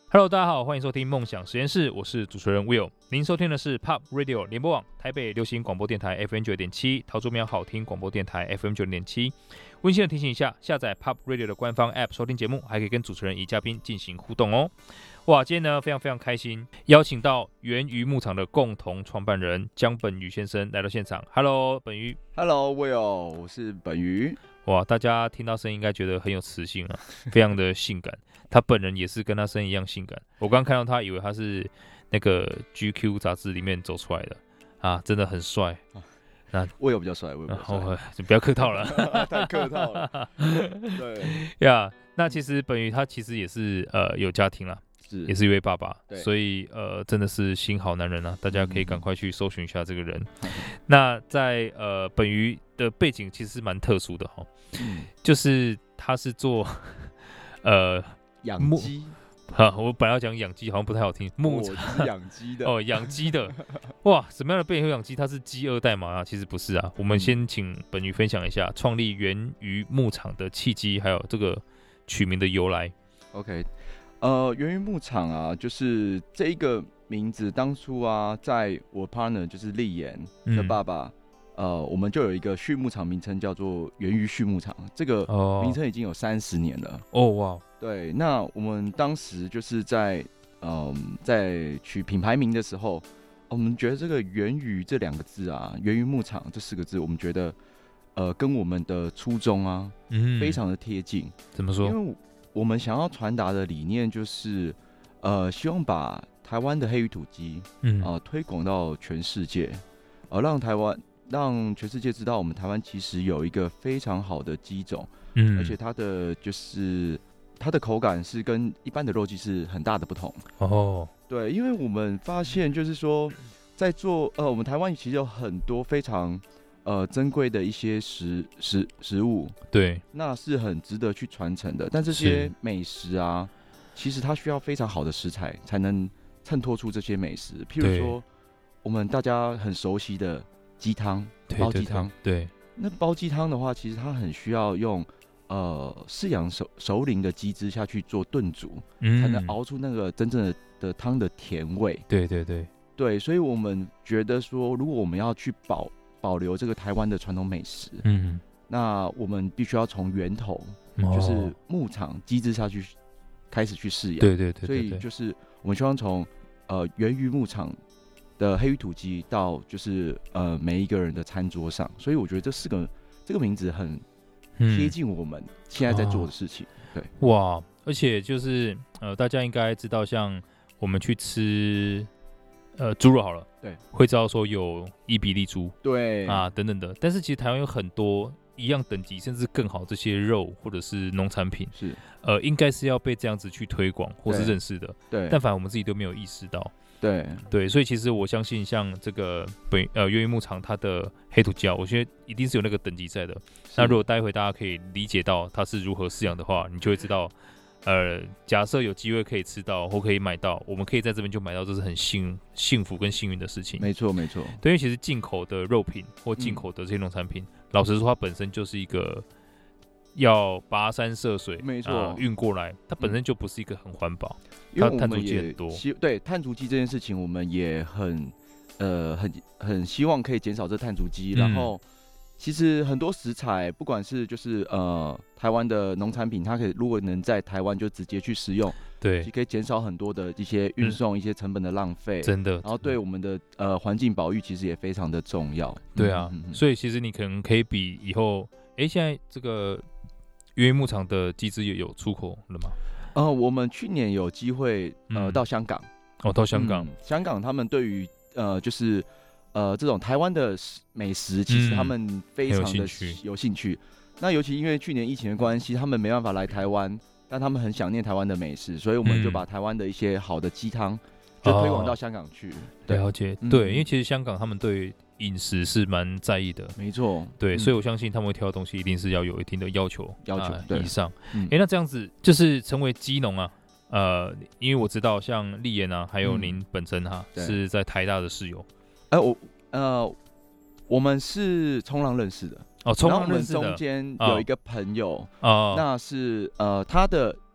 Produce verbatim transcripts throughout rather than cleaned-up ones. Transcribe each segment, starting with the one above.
Hello， 大家好，欢迎收听梦想实验室，我是主持人 Will。您收听的是 Pop Radio 联播网台北流行广播电台 F M 九点七，桃竹苗好听广播电台 F M 九点七。温馨的提醒一下，下载 Pop Radio 的官方 App 收听节目，还可以跟主持人与嘉宾进行互动哦。哇，今天呢非常非常开心，邀请到源于牧场的共同创办人江本鱼先生来到现场。Hello， 本鱼。 Hello， Will， 我是本鱼。 哇，大家听到声音应该觉得很有磁性啊，非常的性感。他本人也是跟他声音一样性感。我刚看到他，以为他是那个 G Q 杂志里面走出来的啊，真的很帅。 那我有比较帅，我有比较帅。 哦，不要客套了， 太客套了。对呀， yeah, 那其实本鱼他其实也是呃有家庭啦， 是也是一位爸爸，所以呃真的是新好男人啊，大家可以赶快去搜寻一下这个人。嗯、那在呃本鱼的背景其实是蛮特殊的哈、嗯，就是他是做呃。 养鸡， 哈，我本来要讲养鸡，好像不太好听。牧场养鸡的哦，养鸡的，哇，什么样的背后养鸡？他是鸡二代吗？啊，其实不是啊。我们先请本鱼分享一下创立源于牧场的契机，还有这个取名的由来。 OK， 呃，源于牧场啊，就是这一个名字，当初啊，在我 partner 就是立言的爸爸。嗯呃，我们就有一个畜牧场名称叫做源于畜牧场，这个名称已经有三十年了。 哦哇， 对，那我们当时就是在嗯、呃，在取品牌名的时候，我们觉得这个源于这两个字啊，源于牧场这四个字，我们觉得呃跟我们的初衷啊，嗯，非常的贴近。 怎么说？ 因为我们想要传达的理念就是呃，希望把台湾的黑羽土鸡，嗯啊、呃，推广到全世界，呃，让台湾。让全世界知道，我们台湾其实有一个非常好的鸡种，嗯，而且它的就是它的口感是跟一般的肉鸡是很大的不同哦。对，因为我们发现就是说，在做呃，我们台湾其实有很多非常呃珍贵的一些食食食物， 对， 那是很值得去传承的。但这些美食啊，其实它需要非常好的食材才能衬托出这些美食。譬如说，我们大家很熟悉的。鸡汤，煲鸡汤， 对， 那煲鸡汤的话，其实它很需要用呃饲养熟熟龄的鸡只下去做炖煮，嗯，才能熬出那个真正的的汤的甜味。 对对对对，所以我们觉得说，如果我们要去保保留这个台湾的传统美食，嗯，那我们必须要从源头，哦、就是牧场鸡只下去开始去饲养。 对对 对, 對, 對, 對， 所以就是我们希望从呃源于牧场。的黑羽土鸡到就是呃每一个人的餐桌上，所以我觉得这四个这个名字很贴近我们现在在做的事情。嗯哦、 对，哇，而且就是呃大家应该知道，像我们去吃呃猪肉好了， 对， 会知道说有伊比利猪， 对啊等等的，但是其实台湾有很多一样等级甚至更好这些肉或者是农产品， 是呃应该是要被这样子去推广或是认识的， 对， 但反而我们自己都没有意识到。 对对，所以其实我相信，像这个本呃源于牧场它的黑土鸡，我觉得一定是有那个等级在的。那如果待会大家可以理解到它是如何饲养的话，你就会知道，呃，假设有机会可以吃到或可以买到，我们可以在这边就买到，这是很幸幸福跟幸运的事情。 没错，没错。 对，因为其实进口的肉品或进口的这些农产品，嗯、老实说，它本身就是一个要跋山涉水， 没错， 运、呃、过来，它本身就不是一个很环保。 因为我们也对碳足迹这件事情，我们也很呃很很希望可以减少这碳足迹。嗯、然后，其实很多食材，不管是就是呃台湾的农产品，它可以如果能在台湾就直接去食用， 对， 可以减少很多的一些运送、嗯、一些成本的浪费， 真的。 然后对我们的呃环境保育其实也非常的重要。 对啊，嗯、所以其实你可能可以比以后，哎，现在这个源于牧场的鸡只也有出口了吗？ 呃，我们去年有机会呃、嗯、到香港， 哦，到香港，嗯、 香港他们对于呃就是呃这种台湾的美食，其实他们非常的有兴趣。有兴趣那尤其因为去年疫情的关系，他们没办法来台湾，但他们很想念台湾的美食，所以我们就把台湾的一些好的鸡汤就推广到香港去。哦、 了解，嗯、对，因为其实香港他们对饮食是蛮在意的， 没错， 对， 嗯、 所以我相信他们会挑的东西一定是要有一定的要求， 要求、 呃、以上。哎、嗯欸，那这样子就是成为鸡农啊，呃，因为我知道像立言啊，还有您本身哈、啊嗯、是在台大的室友， 哎、呃，我呃，我们是冲浪认识的， 哦，冲浪认识的， 中间有一个朋友， 哦， 那是呃他的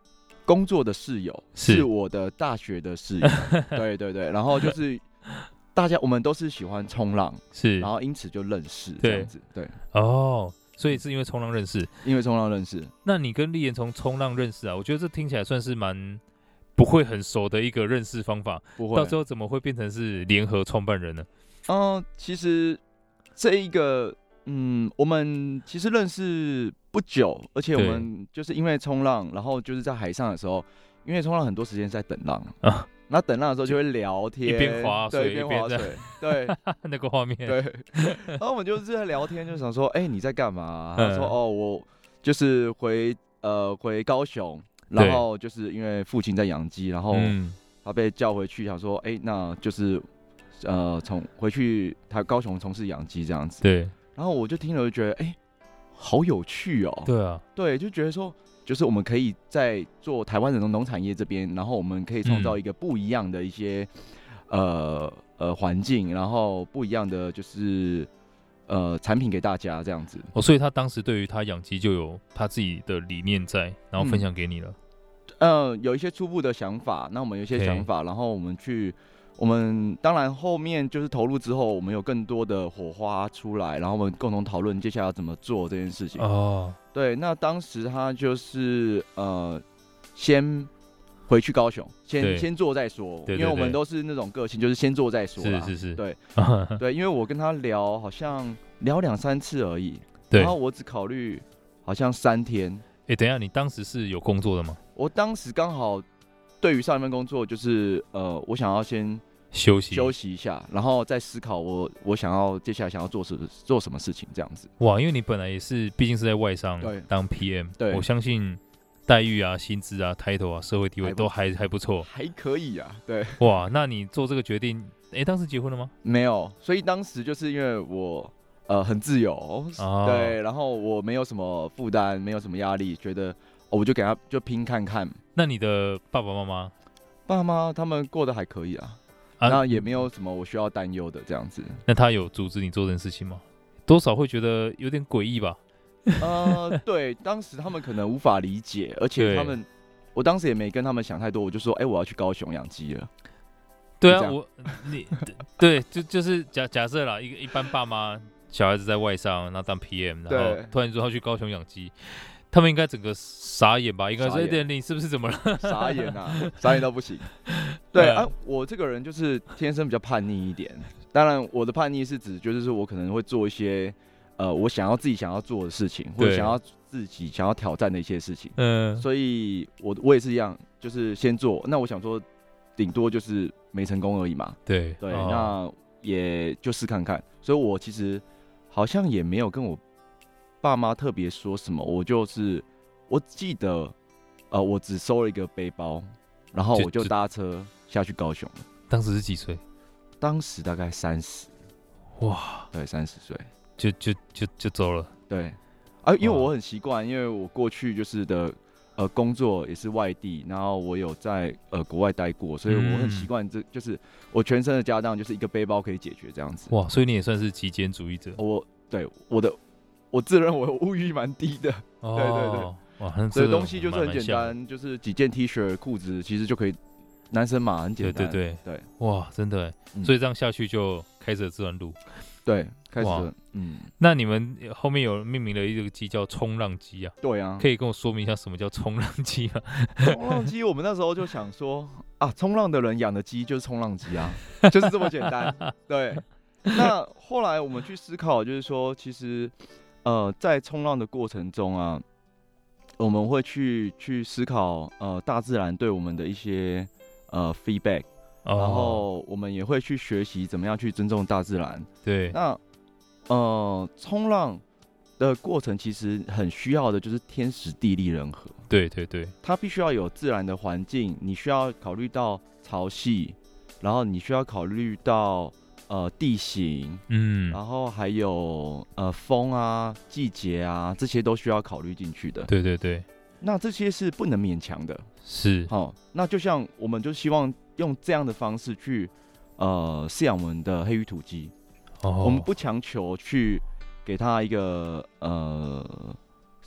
工作的室友，是, 是我的大学的室友，对对对，然后就是大家我们都是喜欢冲浪， 是， 然后因此就认识这样子，对， 哦，所以是因为冲浪认识， 因为冲浪认识。 那你跟立言从冲浪认识啊？我觉得这听起来算是蛮不会很熟的一个认识方法， 不会， 到最后怎么会变成是联合创办人呢？ 嗯、呃，其实这一个，嗯，我们其实认识不久，而且我们就是因为冲浪，然后就是在海上的时候，因为冲浪很多时间是在等浪啊。那等浪的时候就会聊天， 一边划水一边划水，对， 那个画面， 对。然后我们就是在聊天，就想说，哎、欸，你在干嘛？他说，哦，我就是回呃回高雄，然后就是因为父亲在养鸡，然后他被叫回去，想说，哎、欸，那就是呃从回去他高雄从事养鸡这样子。 对。 然后我就听了就觉得，哎、欸，好有趣哦。 对啊， 对，就觉得说。就是我们可以在做台湾的农产业这边，然后我们可以创造一个不一样的一些、嗯、呃呃环境，然后不一样的就是呃产品给大家这样子。 哦，所以他当时对于他养鸡就有他自己的理念在，然后分享给你了。 嗯，呃、有一些初步的想法，那我们有一些想法， okay. 然后我们去。我们当然后面就是投入之后，我们有更多的火花出来，然后我们共同讨论接下来要怎么做这件事情。哦，对，那当时他就是呃，先回去高雄，先先做再说，对对对，因为我们都是那种个性，就是先做再说啦。 是是是， 对对，因为我跟他聊，好像聊两三次而已，然后我只考虑好像三天。 哎、欸，等一下，你当时是有工作的吗？ 我当时刚好。对于上一份工作，就是呃，我想要先休息休息一下，然后再思考我我想要接下来想要做什做什么事情这样子。 哇，因为你本来也是，毕竟是在外商当 P M， 对，我相信待遇啊、薪资啊、title 啊、社会地位都还还不错， 还可以啊。对， 哇，那你做这个决定，哎，当时结婚了吗？ 没有，所以当时就是因为我呃很自由、哦，对，然后我没有什么负担，没有什么压力，觉得、哦、我就给他就拼看看。 那你的爸爸妈妈？ 爸妈他们过得还可以啊，啊那也没有什么我需要担忧的这样子。 那他有阻止你做这件事情吗？多少会觉得有点诡异吧？ 呃，对，当时他们可能无法理解，而且他们，我当时也没跟他们想太多，我就说，哎、欸，我要去高雄养鸡了。 对啊，我你对，就就是假假设啦，一个一般爸妈小孩子在外商，然后当 P M， 然后突然说要去高雄养鸡。他们应该整个傻眼吧？应该说：“哎，你是不是怎么了？” 傻眼啊，傻眼到不行。对啊，我这个人就是天生比较叛逆一点。当然，我的叛逆是指就是我可能会做一些呃我想要自己想要做的事情，或者想要自己想要挑战的一些事情。嗯，所以我我也是一样，就是先做。那我想说，顶多就是没成功而已嘛。 对对，哦、那也就试看看。所以我其实好像也没有跟我爸妈特别说什么，我就是我记得，呃，我只收了一个背包，然后我就搭车下去高雄了。 当时是几岁？ 当时大概三十。 哇， 对，三十岁就就就就走了。 对，啊，因为我很习惯，因为我过去就是的呃工作也是外地，然后我有在呃国外待过，所以我很习惯，这就是我全身的家当就是一个背包可以解决这样子。 哇，所以你也算是极简主义者。 我对我的。我自认为我物欲蛮低的，哦、对对对，哇，所以东西就是很简单，就是几件 T 恤、裤子，其实就可以，男生嘛，很简单， 对对对， 对，哇，真的、嗯，所以这样下去就开始了这段路， 对，开始了，嗯， 那你们后面有命名了一个鸡叫冲浪鸡啊？ 对啊， 可以跟我说明一下什么叫冲浪鸡吗？ 冲浪鸡，我们那时候就想说啊，冲浪的人养的鸡就是冲浪鸡啊，就是这么简单，对。那后来我们去思考，就是说，其实。呃，在冲浪的过程中啊，我们会去去思考呃大自然对我们的一些呃 feedback，、哦、然后我们也会去学习怎么样去尊重大自然。 对， 那呃冲浪的过程其实很需要的就是天时地利人和。 对对对， 它必须要有自然的环境，你需要考虑到潮汐，然后你需要考虑到。呃，地形，嗯，然后还有呃风啊、季节啊，这些都需要考虑进去的。 对对对， 那这些是不能勉强的。 是， 哦，那就像我们就希望用这样的方式去呃饲养我们的黑羽土鸡。哦，我们不强求去给它一个呃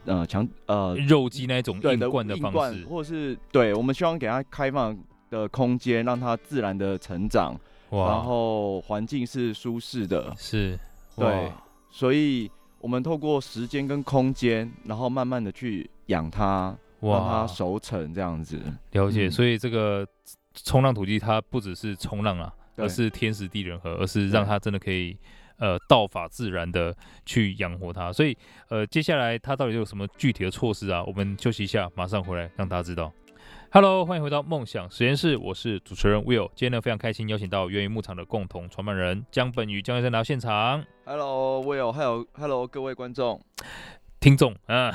呃强呃肉鸡那种硬灌的方式， 或者是对我们希望给它开放的空间，让它自然的成长，然后环境是舒适的， 是， 对，所以我们透过时间跟空间，然后慢慢的去养它，让它熟成这样子。 了解，嗯、所以这个冲浪土鸡它不只是冲浪啊，而是天时地人和，而是让它真的可以。呃，道法自然的去养活它，所以呃，接下来它到底有什么具体的措施啊？我们休息一下，马上回来让大家知道。Hello， 欢迎回到梦想实验室，我是主持人 Will。今天呢，非常开心邀请到源于牧场的共同创办人江本宇江先生来到现场。 Hello Will， 还有 Hello 各位观众。 听众啊，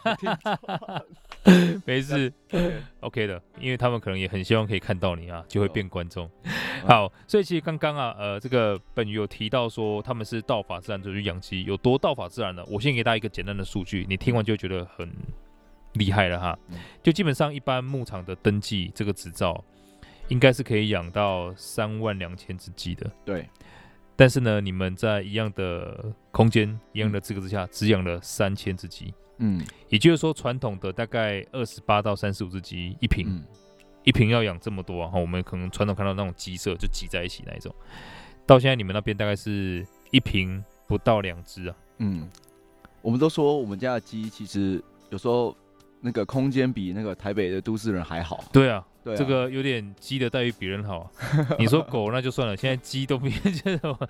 没事 ，OK 的，因为他们可能也很希望可以看到你啊，就会变观众。好，所以其实刚刚啊，呃，这个本宇有提到说他们是道法自然就去养鸡，有多道法自然呢？我先给大家一个简单的数据，你听完就觉得很厉害了哈。就基本上一般牧场的登记这个执照，应该是可以养到三万两千只鸡的。 对。 但是呢，你们在一样的空间、一样的资格之下，只养了三千只鸡。嗯，也就是说，传统的大概二十八到三十五只鸡一坪，嗯、一坪要养这么多啊！我们可能传统看到那种鸡舍就挤在一起那一种，到现在你们那边大概是一坪不到两只啊。嗯， 我们都说我们家的鸡其实有时候那个空间比那个台北的都市人还好。 对啊。对啊，这个有点鸡的待遇比人好、啊。你说狗那就算了，现在鸡都比这种。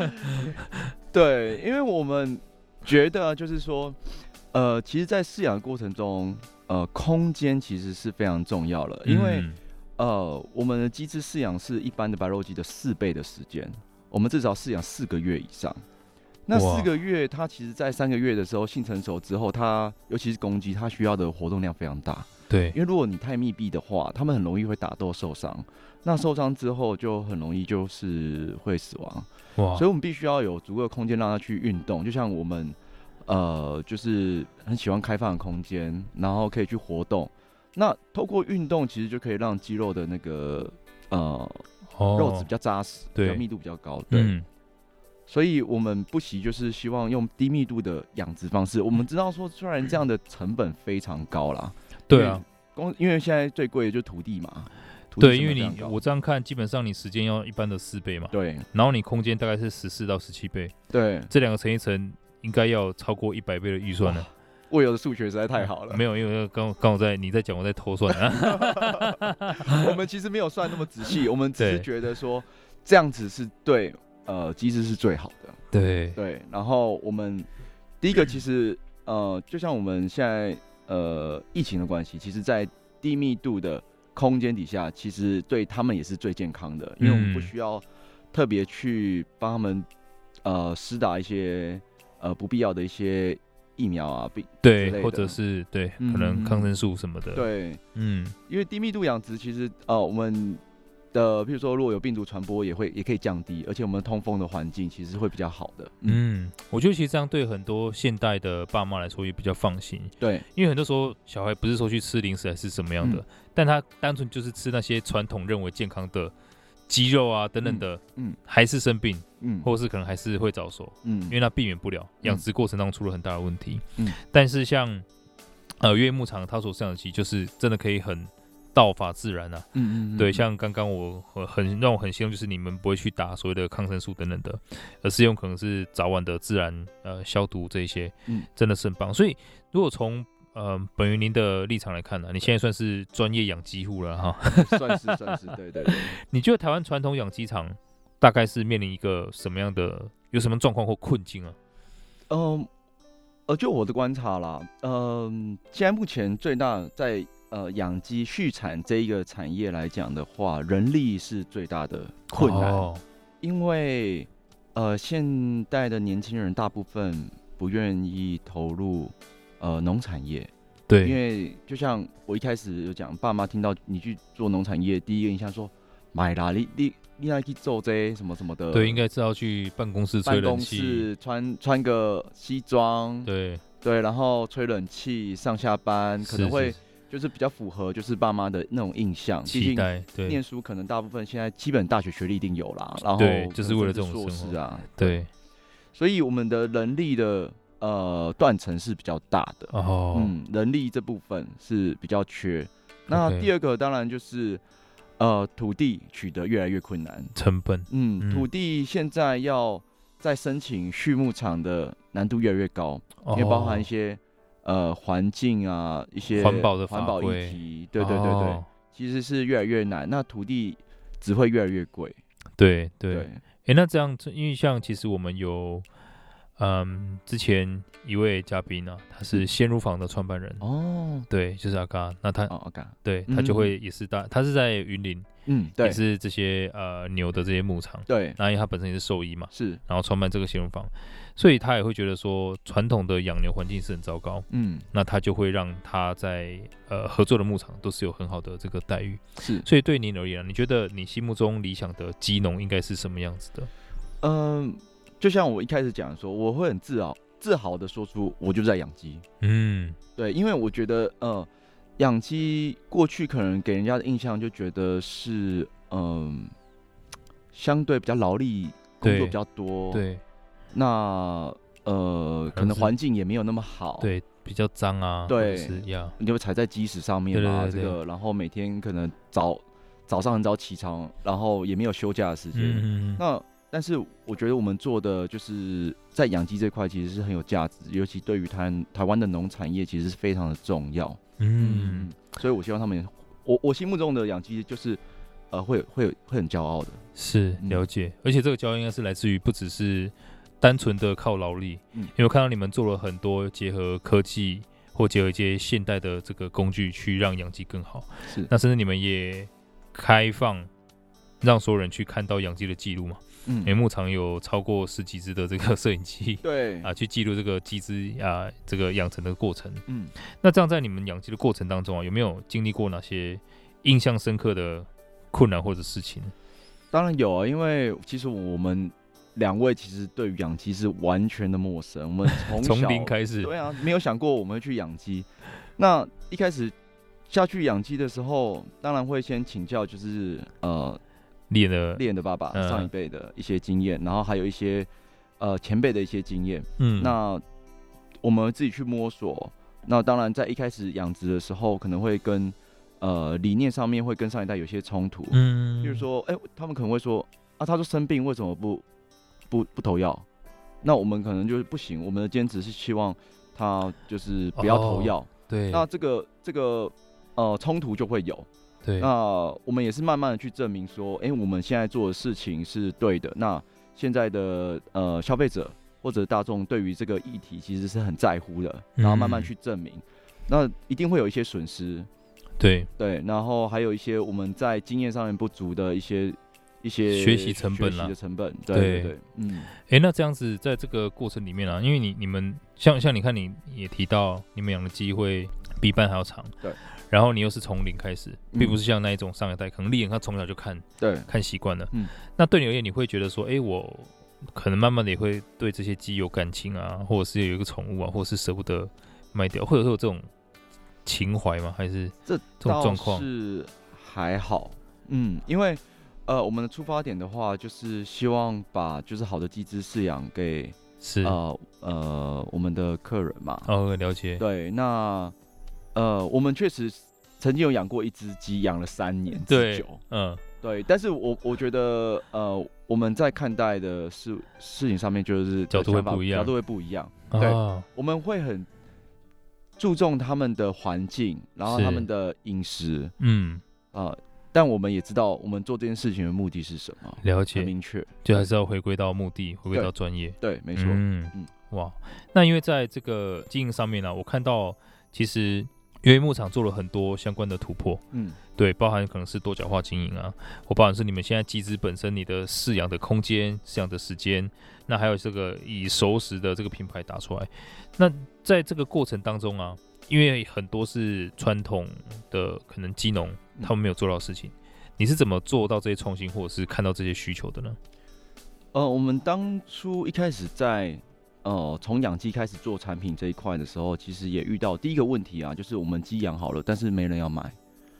对，因为我们觉得就是说，呃，其实，在饲养的过程中，呃，空间其实是非常重要的，因为、嗯、呃，我们的鸡只饲养是一般的白肉鸡的四倍的时间，我们至少饲养四个月以上。那四个月，它其实在三个月的时候性成熟之后，它尤其是公鸡，它需要的活动量非常大。 对， 因为如果你太密闭的话，它们很容易会打斗受伤。那受伤之后就很容易就是会死亡。哇！所以我们必须要有足够的空间让它去运动，就像我们呃，就是很喜欢开放的空间，然后可以去活动。那透过运动，其实就可以让肌肉的那个呃、哦、肉质比较扎实，比较密度比较高。对。嗯，所以我们不惜就是希望用低密度的养殖方式。我们知道说，虽然这样的成本非常高啦。 对啊， 因为现在最贵的就是土地嘛。 土地对，因为你我这样看，基本上你时间要一般的四倍嘛。 对。 然后你空间大概是十四到十七倍。 对。 这两个乘一乘，应该要超过一百倍的预算了。 我有的数学实在太好了。 没有，因为刚刚我在你在讲，我在偷算啊。 我们其实没有算那么仔细，我们只是觉得说这样子是对呃机制是最好的。 对。 对。然后我们第一个其实呃，就像我们现在。呃，疫情的关系，其实，在低密度的空间底下，其实对他们也是最健康的，因为我们不需要特别去帮他们呃施打一些呃不必要的一些疫苗啊， 对，或者是对、嗯、可能抗生素什么的。 对，嗯，因为低密度养殖其实呃我们的，譬如说如果有病毒传播，也会也可以降低，而且我们通风的环境其实会比较好的。 嗯, 嗯，我觉得其实这样对很多现代的爸妈来说也比较放心。 对， 因为很多时候小孩不是说去吃零食还是什么样的，嗯、但他单纯就是吃那些传统认为健康的鸡肉啊等等的，嗯，嗯还是生病，嗯，或者是可能还是会早熟，嗯，因为他避免不了养殖过程当中出了很大的问题。嗯，但是像呃越牧场它所饲养的鸡，就是真的可以很。道法自然啊，嗯嗯, 嗯，对，像刚刚我很让我很希望就是你们不会去打所谓的抗生素等等的，而是用可能是早晚的自然呃消毒这一些，嗯，真的是很棒。所以如果从呃本于您的立场来看呢、啊，你现在算是专业养鸡户了哈， 算是算是，对对对。 你觉得台湾传统养鸡场大概是面临一个什么样的有什么状况或困境啊？ 嗯，呃，就我的观察啦，嗯、呃，现在目前最大在呃，养鸡畜产这一个产业来讲的话，人力是最大的困难，哦、因为呃，现代的年轻人大部分不愿意投入呃农产业， 对， 因为就像我一开始有讲，爸妈听到你去做农产业，第一个印象说买啦，你你你要去做这什么什么的， 对，应该是要去办公室吹冷气， 办公室穿穿个西装， 对对，然后吹冷气上下班，可能会。是是是就是比较符合就是爸妈的那种印象， 期待。对， 念书可能大部分现在基本大学学历一定有啦，然后对，就是为了这种硕士啊， 对。 所以我们的人力的呃断层是比较大的哦，嗯，人力这部分是比较缺。那第二个当然就是呃土地取得越来越困难， 成本， 嗯，嗯土地现在要在申请畜牧场的难度越来越高，哦、因为包含一些呃环境啊一些环保的环保议题，对对对对。哦其实是越来越难，那土地只会越来越贵。 对对，哎、欸，那这样，因为像其实我们有，嗯，之前一位嘉宾啊，他是鲜乳坊的创办人哦，对，就是阿嘎，那他，哦、阿嘎，对他就会也是大，嗯、他是在云林，嗯，对，也是这些呃牛的这些牧场，对，那因为他本身也是兽医嘛，是，然后创办这个鲜乳坊。所以他也会觉得说，传统的养牛环境是很糟糕，嗯，那他就会让他在呃合作的牧场都是有很好的这个待遇，是。所以对您而言，你觉得你心目中理想的鸡农应该是什么样子的？ 嗯，就像我一开始讲说，我会很自豪、自豪的说出，我就在养鸡，嗯，对，因为我觉得，呃，养鸡过去可能给人家的印象就觉得是，嗯，相对比较劳力，工作比较多，对。对那呃，可能环境也没有那么好， 对，比较脏啊， 对， 是呀， 你会踩在鸡屎上面嘛，这个，然后每天可能早早上很早起床，然后也没有休假的时间。嗯、那但是我觉得我们做的就是在养鸡这块其实是很有价值，尤其对于台台湾的农产业其实是非常的重要。嗯，嗯所以我希望他们，我我心目中的养鸡就是呃会会会很骄傲的， 是了解，嗯、而且这个骄傲应该是来自于不只是。单纯的靠劳力，嗯，因为我看到你们做了很多结合科技或结合一些现代的这个工具，去让养鸡更好。是，那甚至你们也开放让所有人去看到养鸡的记录嘛？嗯，因为牧场有超过十几只的这个摄影机，对啊，去记录这个鸡只啊这个养成的过程。嗯，那这样在你们养鸡的过程当中啊，有没有经历过哪些印象深刻的困难或者事情？ 当然有啊，因为其实我们。两位其实对于养鸡是完全的陌生，我们从从零开始， 对啊，没有想过我们会去养鸡。那一开始下去养鸡的时候，当然会先请教，就是呃猎的猎的爸爸、嗯、上一辈的一些经验，然后还有一些呃前辈的一些经验。嗯，那我们自己去摸索。那当然在一开始养殖的时候，可能会跟呃理念上面会跟上一代有些冲突。嗯，比如说，哎、欸，他们可能会说啊，他说生病为什么不？不不投药，那我们可能就是不行。我们的坚持是希望他就是不要投药。哦、对，那这个这个呃冲突就会有。对，那我们也是慢慢的去证明说，哎、欸，我们现在做的事情是对的。那现在的呃消费者或者大众对于这个议题其实是很在乎的，然后慢慢去证明。嗯、那一定会有一些损失。 对对， 然后还有一些我们在经验上面不足的一些。一些学习成本啦， 学习的成本，对对对， 嗯，哎、欸，那这样子在这个过程里面啊，因为你你们像像你看，你也提到你们养的鸡会比一般还要长，对，然后你又是从零开始，并不是像那一种上一代，可能猎人他从小就看，对，看习惯了，嗯，那对你而言，你会觉得说，哎、欸，我可能慢慢的也会对这些鸡有感情啊，或者是有一个宠物啊，或者是舍不得卖掉，或者是有这种情怀吗？还是这这种状况？ 是还好，嗯，因为。呃，我们的出发点的话，就是希望把就是好的鸡只饲养给是呃呃我们的客人嘛。 哦，了解。 对，那呃我们确实曾经有养过一只鸡，养了三年之久。嗯，对。但是我我觉得呃我们在看待的事事情上面，就是角度会不一样， 角度会不一样。哦、对，我们会很注重他们的环境，然后他们的饮食。嗯啊。呃但我们也知道，我们做这件事情的目的是什么， 了解， 很明确， 就还是要回归到目的，回归到专业。 对，没错。嗯嗯， 哇，那因为在这个经营上面呢、啊，我看到其实因为牧场做了很多相关的突破，嗯，对，包含可能是多角化经营啊，或包含是你们现在鸡只本身你的饲养的空间、饲养的时间，那还有这个以熟食的这个品牌打出来。那在这个过程当中啊，因为很多是传统的可能鸡农他们没有做到的事情，你是怎么做到这些创新，或者是看到这些需求的呢？ 呃，我们当初一开始在呃从养鸡开始做产品这一块的时候，其实也遇到第一个问题啊，就是我们鸡养好了，但是没人要买。嗯，因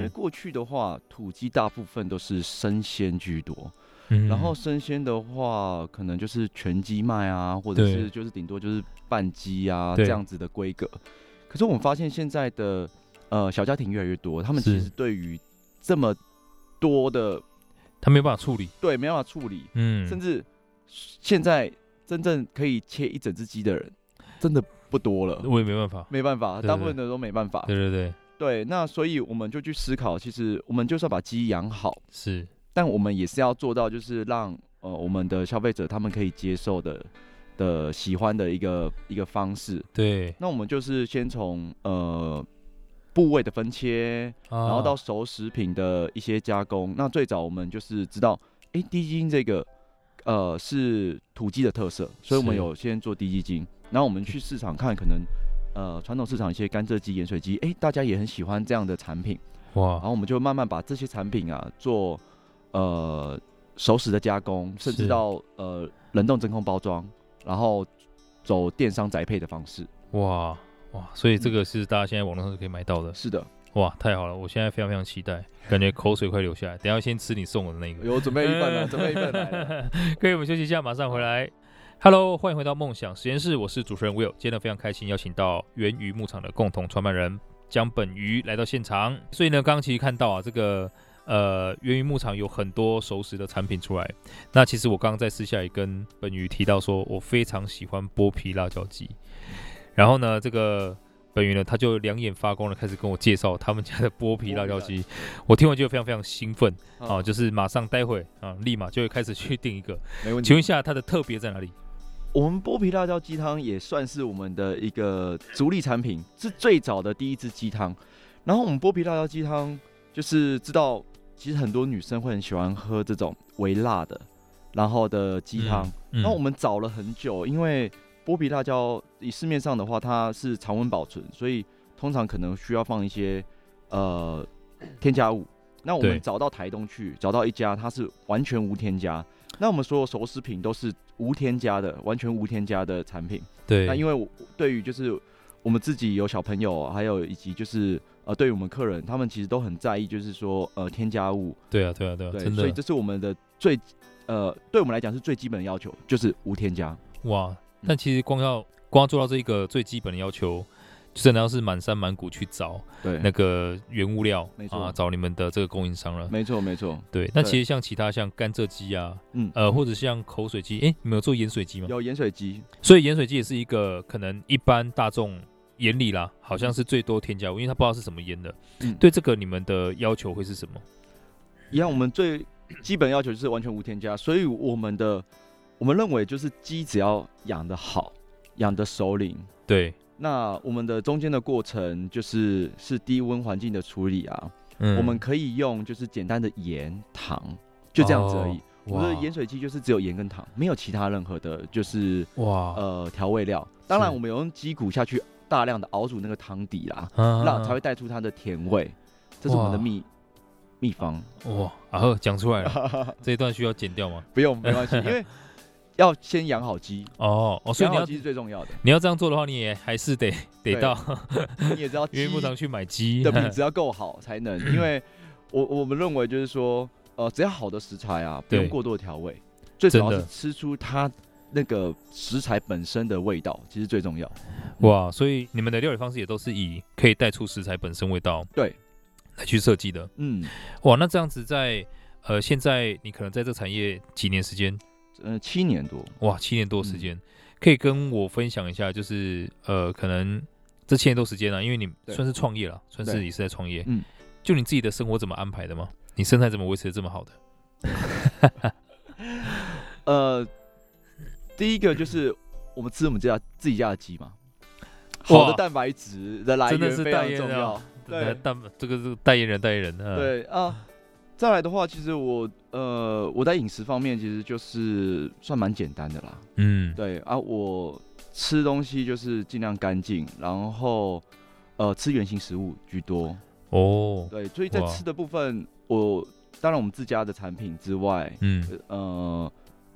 因为过去的话，土鸡大部分都是生鲜居多。 嗯、 然后生鲜的话，可能就是全鸡卖啊，或者是就是顶多就是半鸡啊这样子的规格。可是我们发现现在的呃小家庭越来越多，他们其实对于这么多的， 他没有办法处理， 对，没办法处理， 嗯， 甚至现在真正可以切一整只鸡的人，真的不多了。 我也没办法， 没办法，对对对，大部分的都没办法。 对对对对，那所以我们就去思考，其实我们就是要把鸡养好， 是。 但我们也是要做到，就是让呃我们的消费者他们可以接受的的喜欢的一个一个方式。 对， 那我们就是先从呃部位的分切，啊、然后到熟食品的一些加工。那最早我们就是知道，哎、欸，低基精这个呃是土鸡的特色，所以我们有先做低基精。然后我们去市场看，可能呃传统市场一些甘蔗鸡、盐水鸡，哎、欸，大家也很喜欢这样的产品。哇！然后我们就慢慢把这些产品啊做。呃，熟食的加工，甚至到呃冷冻真空包装，然后走电商宅配的方式。 哇哇！所以这个是大家现在网络上是可以买到的。 是的， 哇，太好了！我现在非常非常期待，感觉口水快流下来。等一下先吃你送我的那个。 有准备一份了，准备一份来了。 可以，我们休息一下，马上回来。Hello， 欢迎回到梦想实验室，我是主持人 Will。今天呢非常开心邀请到源鱼牧场的共同创办人江本鱼来到现场。所以呢，刚刚其实看到啊，这个。呃，源鱼牧场有很多熟食的产品出来。那其实我刚刚在私下也跟本鱼提到说，我非常喜欢剥皮辣椒鸡。然后呢，这个本鱼呢，他就两眼发光的开始跟我介绍他们家的剥皮辣椒鸡。我听完就非常非常兴奋啊、哦，就是马上待会啊，立马就会开始去订一个。 没问题。 请问一下，它的特别在哪里？ 我们剥皮辣椒鸡汤也算是我们的一个主力产品，是最早的第一支鸡汤。然后我们剥皮辣椒鸡汤就是知道。其实很多女生会很喜欢喝这种微辣的，然后的鸡汤。那、嗯嗯、我们找了很久，因为剥皮辣椒以市面上的话，它是常温保存，所以通常可能需要放一些呃添加物。那我们找到台东去，找到一家它是完全无添加。那我们所有熟食品都是无添加的，完全无添加的产品。 对。 那因为我对于就是我们自己有小朋友，还有以及就是。呃，对于我们客人，他们其实都很在意，就是说，呃，添加物。 对啊，对啊，对啊， 对， 真的。 所以这是我们的最，呃，对我们来讲是最基本的要求，就是无添加。 哇，但其实光要光要做到这一个最基本的要求，就真的要是满山满谷去找对那个原物料啊，找你们的这个供应商了。 没错，没错。 对，那其实像其他像甘蔗鸡啊，嗯，呃，或者像口水鸡，哎，你们有做盐水鸡吗？ 有盐水鸡， 所以盐水鸡也是一个可能一般大众。盐里啦，好像是最多添加物，因为他不知道是什么盐的。嗯，对这个你们的要求会是什么？ 一样，我们最基本要求就是完全无添加，所以我们的我们认为就是鸡只要养得好，养得熟龄， 对， 那我们的中间的过程就是是低温环境的处理啊。嗯，我们可以用就是简单的盐、糖，就这样子而已。哦、我们的盐水鸡就是只有盐跟糖，没有其他任何的，就是哇呃调味料。当然，我们有用鸡骨下去。大量的熬煮那个汤底啦，啊、让才会带出它的甜味，这是我们的秘秘方。 哇，啊，讲出来了，这一段需要剪掉吗？ 不用，没关系，因为要先养好鸡。 哦哦，所以养好鸡是最重要的。 你要这样做的话，你也还是得得到， 你也知道源鱼牧场去买鸡的品质要够好才能。因为我我们认为就是说，呃，只要好的食材啊，不用过多的调味，最主要是吃出它。那个食材本身的味道其实最重要。 哇，所以你们的料理方式也都是以可以带出食材本身味道对来去设计的。嗯，哇，那这样子在呃现在你可能在这个产业几年时间？ 呃，七年多。 哇，七年多时间、嗯，可以跟我分享一下，就是呃可能这七年多时间啊，因为你算是创业了，算是也是在创业。嗯，就你自己的生活怎么安排的吗？你身材怎么维持得这么好的？ 呃。第一个就是我们吃我们家自己家的鸡嘛，好的蛋白质的来源非常重要。 对，蛋这个是代言人，代言人。嗯、 对啊，再来的话，其实我呃我在饮食方面其实就是算蛮简单的啦。嗯，对啊，我吃东西就是尽量干净，然后呃吃原型食物居多。哦，对，所以在吃的部分，我当然我们自家的产品之外，嗯呃。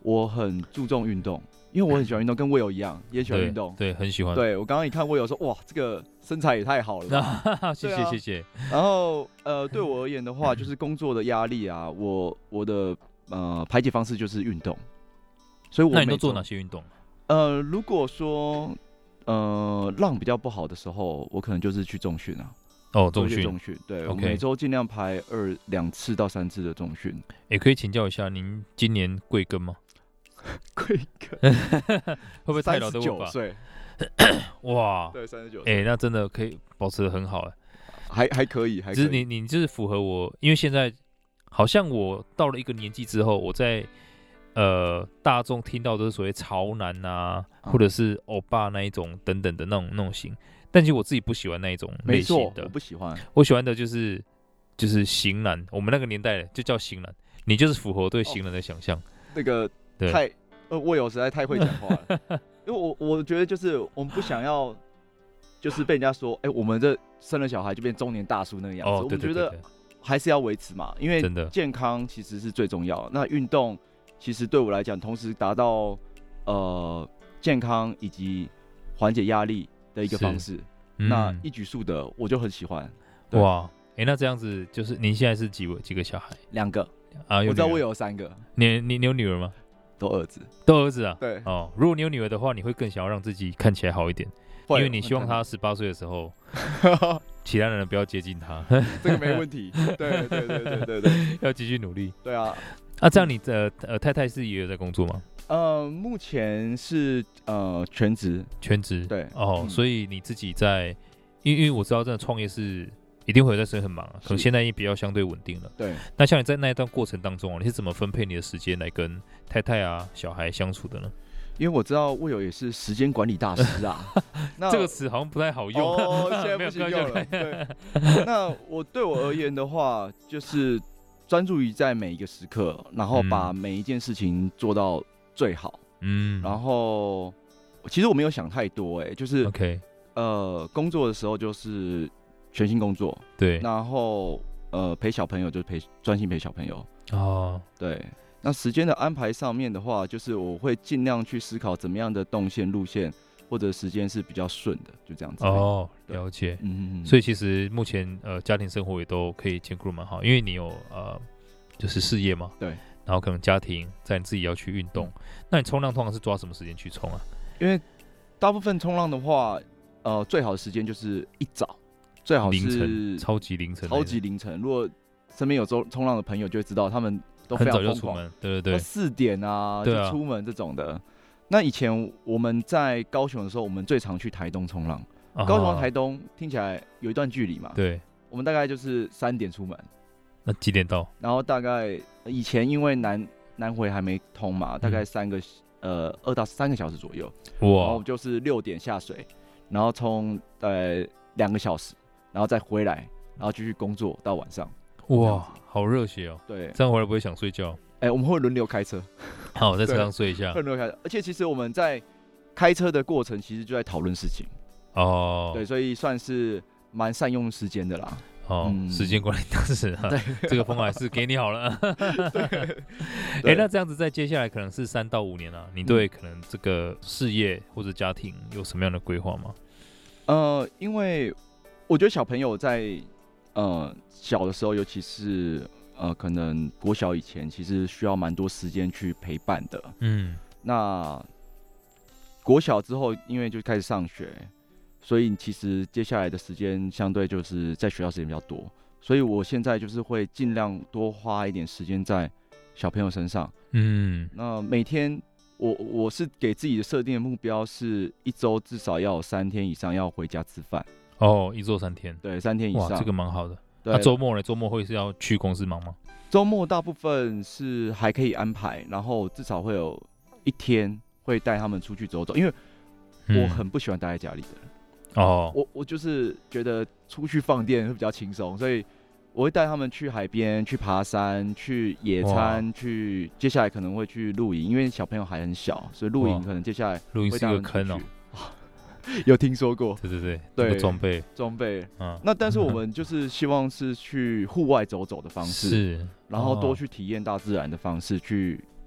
我很注重运动，因为我很喜欢运动，跟Will一样，也喜欢运动。 对，对很喜欢。 对我刚刚一看Will说，哇，这个身材也太好了吧。 谢谢、啊、谢谢。 然后呃，对我而言的话，就是工作的压力啊，我我的呃排解方式就是运动。所以我那你都做哪些运动？ 呃，如果说呃浪比较不好的时候，我可能就是去重训啊。 哦，重训， 重训，对， okay. 我每周尽量排二两次到三次的重训。 也、欸、可以请教一下，您今年贵庚吗？ 贵庚会不会太老的问法？ 三十九岁， 哇， 对，三十九。 哎，那真的可以保持得很好哎， 还还可以，还可以。 只是你你就是符合我，因为现在好像我到了一个年纪之后，我在呃大众听到都是所谓潮男啊，嗯、或者是欧巴那一种等等的那种那种型。但其实我自己不喜欢那一种类型的， 我不喜欢。 我喜欢的就是就是型男，我们那个年代就叫型男，你就是符合我对型男的想象。哦、 那个太呃，我有实在太会讲话了，因为我我觉得就是我们不想要，就是被人家说，哎、欸，我们这生了小孩就变中年大叔那个样子。哦、对对对对，我们觉得还是要维持嘛，因为健康其实是最重要的。那运动其实对我来讲，同时达到呃健康以及缓解压力的一个方式，嗯、那一举数得，我就很喜欢。 哇，哎、欸，那这样子就是您现在是几几个小孩？ 两个啊， 我知道我有三个。 你你你有女儿吗？ 都儿子， 都儿子啊。 对哦，如果你有女儿的话，你会更想要让自己看起来好一点，因为你希望她十八岁的时候，其他人不要接近她。 这个没问题。对对对对对对， 要继续努力。 对啊， 啊，这样你的呃太太是也有在工作吗？ 呃，目前是呃全职， 全职。 对哦、 嗯， 所以你自己在，因为因为我知道真的创业是一定会有段时间很忙啊，可能现在也比较相对稳定了。 对。那像你在那一段过程当中啊，你是怎么分配你的时间来跟太太啊、小孩相处的呢？ 因为我知道Will也是时间管理大师啊，那这个词好像不太好用。 哦，现在不行用了。对。那我对我而言的话，就是专注于在每一个时刻，然后把每一件事情做到最好。嗯。然后，其实我没有想太多、欸，哎，就是 OK， 呃，工作的时候就是全心工作， 对。 然后呃，陪小朋友就是陪专心陪小朋友。 哦， 对。那时间的安排上面的话，就是我会尽量去思考怎么样的动线路线或者时间是比较顺的，就这样子。 哦，了解。嗯嗯。所以其实目前呃家庭生活也都可以兼顾得蛮好，因为你有呃就是事业嘛， 对。 然后可能家庭，在你自己要去运动。嗯、那你冲浪通常是抓什么时间去冲啊？ 因为大部分冲浪的话，呃，最好的时间就是一早，最好是凌晨，超级凌晨， 超级凌晨。如果身边有冲冲浪的朋友就会知道，他们都非常很早就出门，对对对， 四点啊就出门这种的。那以前我们在高雄的时候，我们最常去台东冲浪。啊、高雄和台东听起来有一段距离嘛， 对， 我们大概就是三点出门。 那几点到？ 然后大概以前因为南南回还没通嘛，大概三个、嗯、呃二到三个小时左右。哇！然后就是六点下水，然后冲呃两个小时，然后再回来，然后继续工作到晚上。 哇，好热血哦！ 对， 这样回来不会想睡觉？ 哎、欸，我们会轮流开车。 好，在车上睡一下。 会轮流开车，而且其实我们在开车的过程，其实就在讨论事情。哦。对，所以算是蛮善用时间的啦。 哦，嗯、时间管理大师啊，这个风还是给你好了。哎、欸，那这样子在接下来可能是三到五年啊，你对可能这个事业或者家庭有什么样的规划吗？ 呃，因为我觉得小朋友在呃小的时候，尤其是呃可能国小以前，其实需要蛮多时间去陪伴的。嗯，那国小之后，因为就开始上学。所以其实接下来的时间相对就是在学校时间比较多，所以我现在就是会尽量多花一点时间在小朋友身上。嗯，那每天我我是给自己的设定的目标是一周至少要有三天以上要回家吃饭。 哦，一周三天？ 对，三天以上。 哇，这个蛮好的。那周末呢？周末会是要去公司忙吗？ 周末大部分是还可以安排，然后至少会有一天会带他们出去走走，因为我很不喜欢待在家里的人。哦，我我就是觉得出去放电会比较轻松，所以我会带他们去海边、去爬山、去野餐、去接下来可能会去露营，因为小朋友还很小，所以露营可能接下来露营是一个坑哦。 有听说过？ 对对对，对，这个装备装备。嗯，那但是我们就是希望是去户外走走的方式，是，然后多去体验大自然的方式，去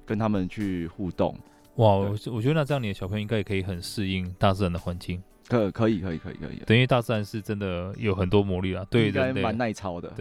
跟他们去互动。 哇，我我觉得那这样你的小朋友应该也可以很适应大自然的环境。 可可以可以可以可以， 对，因为大自然是真的有很多魔力啦，对人类蛮耐操的。 对，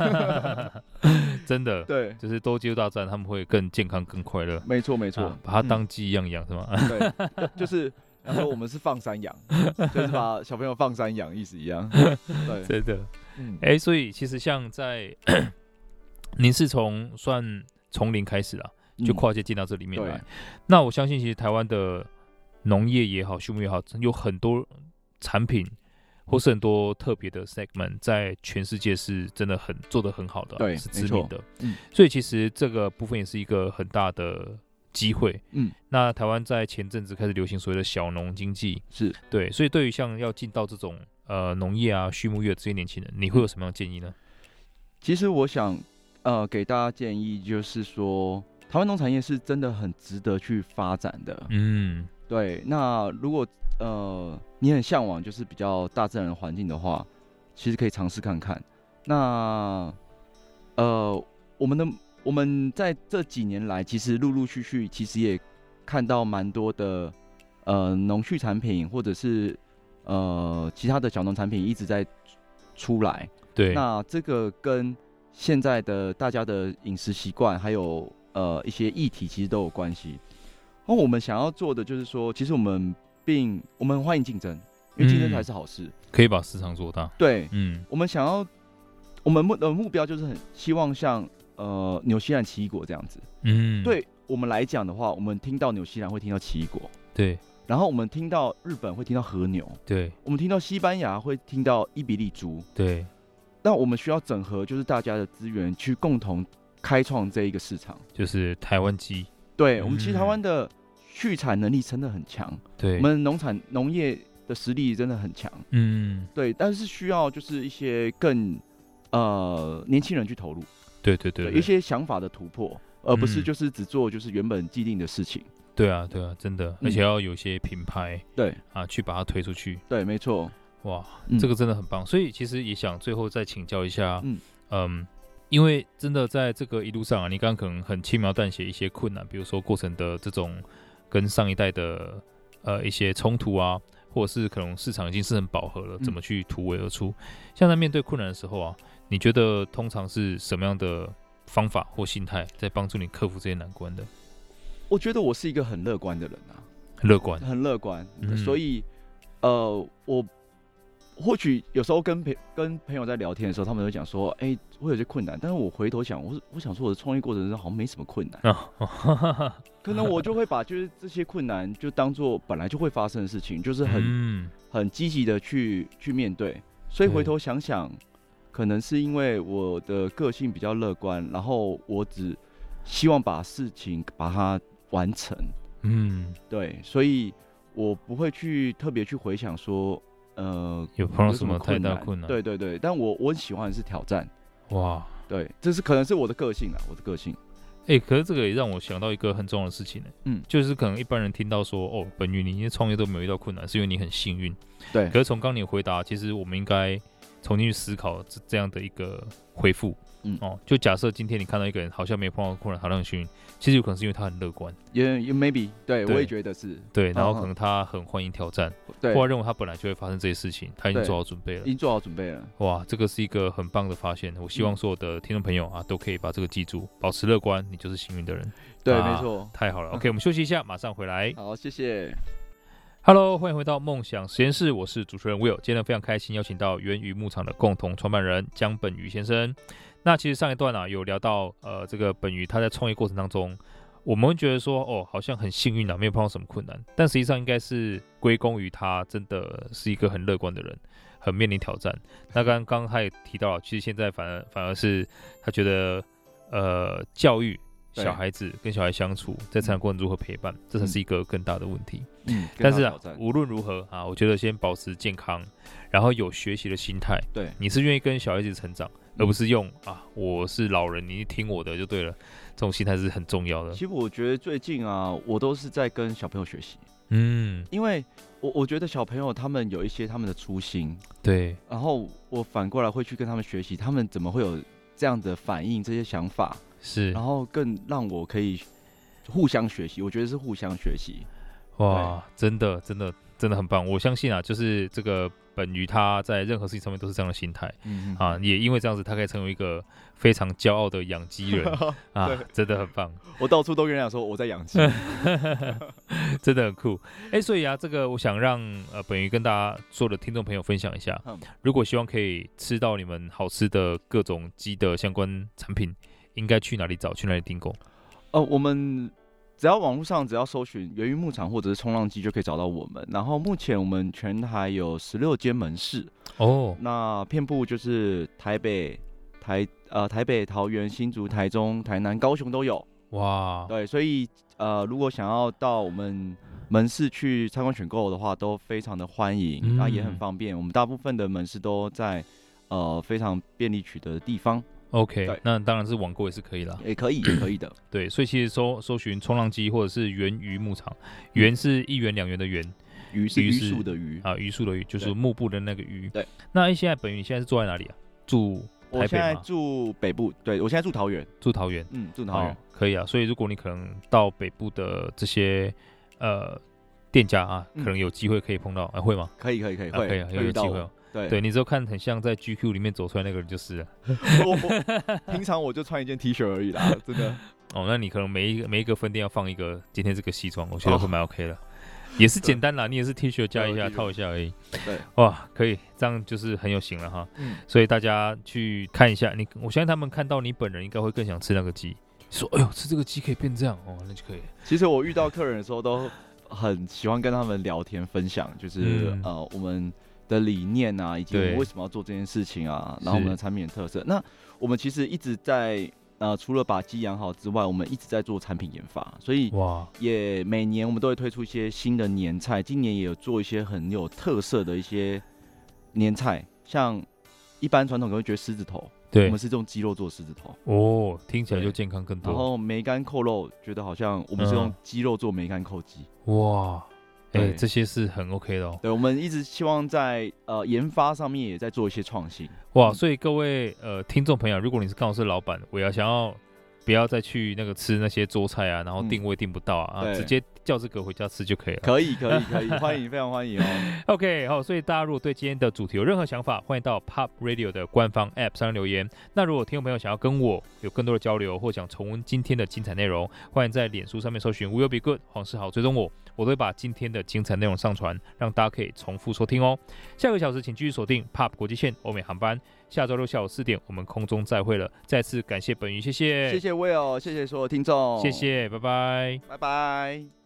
真的， 对， 就是多接触大自然，他们会更健康、更快乐。 没错没错、 啊，把它当鸡一样养、嗯、是吗？ 对，就是然后我们是放山养，就是把小朋友放山养，意思一样。对， 真的。 嗯， 哎、欸，所以其实像在您是从算从零开始啦，就跨界进到这里面来、嗯。那我相信，其实台湾的农业也好，畜牧业也好，有很多产品或是很多特别的 segment， 在全世界是真的很做得很好的、啊， 对， 是知名的。 嗯， 所以其实这个部分也是一个很大的机会。 嗯， 那台湾在前阵子开始流行所谓的小农经济， 是对，所以对于像要进到这种呃农业啊、畜牧业这些年轻人，你会有什么样的建议呢？ 其实我想呃给大家建议就是说，台湾农产业是真的很值得去发展的。 嗯。 对，那如果呃你很向往就是比较大自然的环境的话，其实可以尝试看看。那呃我们的我们在这几年来，其实陆陆续续其实也看到蛮多的呃农畜产品或者是呃其他的小农产品一直在出来。 对， 那这个跟现在的大家的饮食习惯还有呃一些议题其实都有关系。那我们想要做的就是说，其实我们并我们欢迎竞争，因为竞争才是好事、嗯， 可以把市场做大。 对， 嗯， 我们想要，我们的目标就是很希望像呃纽西兰奇异果这样子。嗯，对我们来讲的话，我们听到纽西兰会听到奇异果， 对， 然后我们听到日本会听到和牛， 对， 我们听到西班牙会听到伊比利猪， 对。 那我们需要整合，就是大家的资源去共同开创这一个市场， 就是台湾鸡。 对、嗯、我们其实台湾的畜产能力真的很强，对，我们农产农业的实力真的很强，嗯，对，但是需要就是一些更呃年轻人去投入， 对对 对, 对, 对，一些想法的突破，而不是就是只做就是原本既定的事情。 对啊，对啊，真的，而且要有一些品牌， 对啊，去把它推出去。 对，没错。 哇、嗯，这个真的很棒。所以其实也想最后再请教一下，嗯嗯。因为真的在这个一路上啊，你刚刚可能很轻描淡写一些困难，比如说过程的这种跟上一代的呃一些冲突啊，或者是可能市场已经是很饱和了，怎么去突围而出？嗯、像在面对困难的时候啊，你觉得通常是什么样的方法或心态在帮助你克服这些难关的？ 我觉得我是一个很乐观的人啊， 很乐观， 很乐观、 嗯， 所以呃我。或许有时候跟朋跟朋友在聊天的时候，他们会讲说：“哎、欸，我有些困难。”但是我回头想，我我想说我的创业过程中好像没什么困难，哦、可能我就会把就是这些困难就当做本来就会发生的事情，就是很、嗯、很积极的去去面对。所以回头想想，可能是因为我的个性比较乐观，然后我只希望把事情把它完成。嗯，对，所以我不会去特别去回想說呃有碰到什麼太大困難。 對對對，但我我很喜歡的是挑戰。 哇， 對，這是可能是我的個性啦，我的個性。 哎、欸，可是這個也讓我想到一個很重要的事情呢，嗯，就是可能一般人聽到說，哦，本宇你創業都沒有遇到困難，是因為你很幸運。 對。 可是從剛你的回答，其實我們應該重新去思考這這樣的一個回復。嗯，哦，就假設今天你看到一個人好像沒碰到困難，好像很幸運，其實有可能是因為他很樂觀。 也也 maybe， 對，我也覺得是。 對，然後可能他很歡迎挑戰， 對， 或者認為他本來就會發生這些事情，他已經做好準備了。 已經做好準備了。 哇，這個是一個很棒的發現。我希望所有的聽眾朋友啊，都可以把這個記住，保持樂觀，你就是幸運的人。 對， 啊、 沒錯。 太好了。OK，我們休息一下，馬上回來。 好，謝謝。 Hello， 歡迎回到夢想實驗室，我是主持人 Will。今天非常開心邀請到元宇牧場的共同創辦人江本宇先生。那其實上一段啊有聊到，呃，這個本宇他在創業過程當中，我們會覺得說，哦，好像很幸運啊，沒有碰到什麼困難。但實際上應該是歸功於他真的是一個很樂觀的人，很面臨挑戰。那剛剛他也提到了，其實現在反而反而是他覺得，呃，教育小孩子跟小孩相處，在成長過程如何陪伴，這才是一個更大的問題。嗯，但是啊，無論如何啊，我覺得先保持健康，然後有學習的心態。對，你是願意跟小孩子成長，而不是用啊，我是老人，你聽我的就對了。這種心態是很重要的。 其實我覺得最近啊，我都是在跟小朋友學習。 嗯， 因為我我覺得小朋友他們有一些他們的初心。 對， 然後我反過來會去跟他們學習，他們怎麼會有這樣的反應，這些想法。 是， 然後更讓我可以互相学习，我觉得是互相学习。 哇，真的真的真的很棒！我相信啊，就是这个本鱼他在任何事情上面都是这样的心态、嗯、啊，也因为这样子，他可以成为一个非常骄傲的养鸡人啊，真的很棒。 我到处都跟人讲说我在养鸡， 真的很酷。哎、欸，所以啊，这个我想让呃本鱼跟大家所有的听众朋友分享一下，嗯、如果希望可以吃到你们好吃的各种鸡的相关产品，应该去哪里找？去哪里订购？ 呃，我们。只要网络上只要搜寻元鱼牧场或者是冲浪鸡就可以找到我们。然后目前我们全台有十六间门市哦，那遍布就是台北、台呃台北、桃园、新竹、台中、台南、高雄都有。哇，对，所以呃如果想要到我们门市去参观选购的话，都非常的欢迎，嗯、那也很方便。我们大部分的门市都在呃非常便利取得的地方。 OK， 那当然是网购也是可以啦， 也可以，也可以的。 对，所以其实搜搜寻冲浪鸡或者是元鱼牧场，元是一元两元的元， 鱼是榆树的鱼啊，榆树的鱼就是幕布的那个鱼。 对， 那现在本鱼现在是住在哪里啊？住台北吗？ 我现在住北部，对我现在住桃园， 住桃园， 嗯，住桃园、哦、 可以啊。所以如果你可能到北部的这些呃店家啊，可能有机会可以碰到，嗯啊、会吗？ 可以，可以，可以， 啊、可以、啊，有机会哦。对, 对，你只有看很像在 G Q 里面走出来那个人就是了。 我平常我就穿一件 T 恤而已啦，真的。 哦，那你可能每一个每一个分店要放一个今天这个西装，我觉得会蛮 OK 的、哦，也是简单啦，你也是 T 恤加一下套一下而已。 对， 哇，可以，这样就是很有型了哈。嗯，所以大家去看一下，你我相信他们看到你本人应该会更想吃那个鸡，说哎呦吃这个鸡可以变这样哦，那就可以。 其实我遇到客人的时候都很喜欢跟他们聊天分享，就是、嗯、呃我们的理念啊，以及我们为什么要做这件事情啊，然后我们的产品的特色。那我们其实一直在呃，除了把鸡养好之外，我们一直在做产品研发，所以哇，也每年我们都会推出一些新的年菜。今年也有做一些很有特色的一些年菜，像一般传统可能会觉得狮子头，对，我们是用鸡肉做狮子头哦，听起来就健康更多。 然后梅干扣肉，觉得好像我们是用鸡肉做梅干扣鸡， 嗯、哇。哎、欸，这些是很 OK 的哦。 对，我们一直希望在呃研发上面也在做一些创新。 哇，所以各位呃听众朋友，如果你是刚好是老板，我要想要不要再去那个吃那些桌菜啊，然后定位定不到啊，嗯、啊直接叫这个回家吃就可以了。 可以，可以，可以，欢迎，非常欢迎哦。 OK， 好，所以大家如果对今天的主题有任何想法，欢迎到 Pop Radio 的官方 App 上留言。那如果听众朋友想要跟我有更多的交流，或想重温今天的精彩内容，欢迎在脸书上面搜寻 Will Be Good 黄世豪追踪我。我都会把今天的精彩内容上传，让大家可以重复收听哦。下个小时请继续锁定 P O P 国际线欧美航班，下周六下午四点我们空中再会了。再次感谢本鱼，谢谢， 谢谢 Will， 谢谢所有听众， 谢谢，拜拜， 拜拜。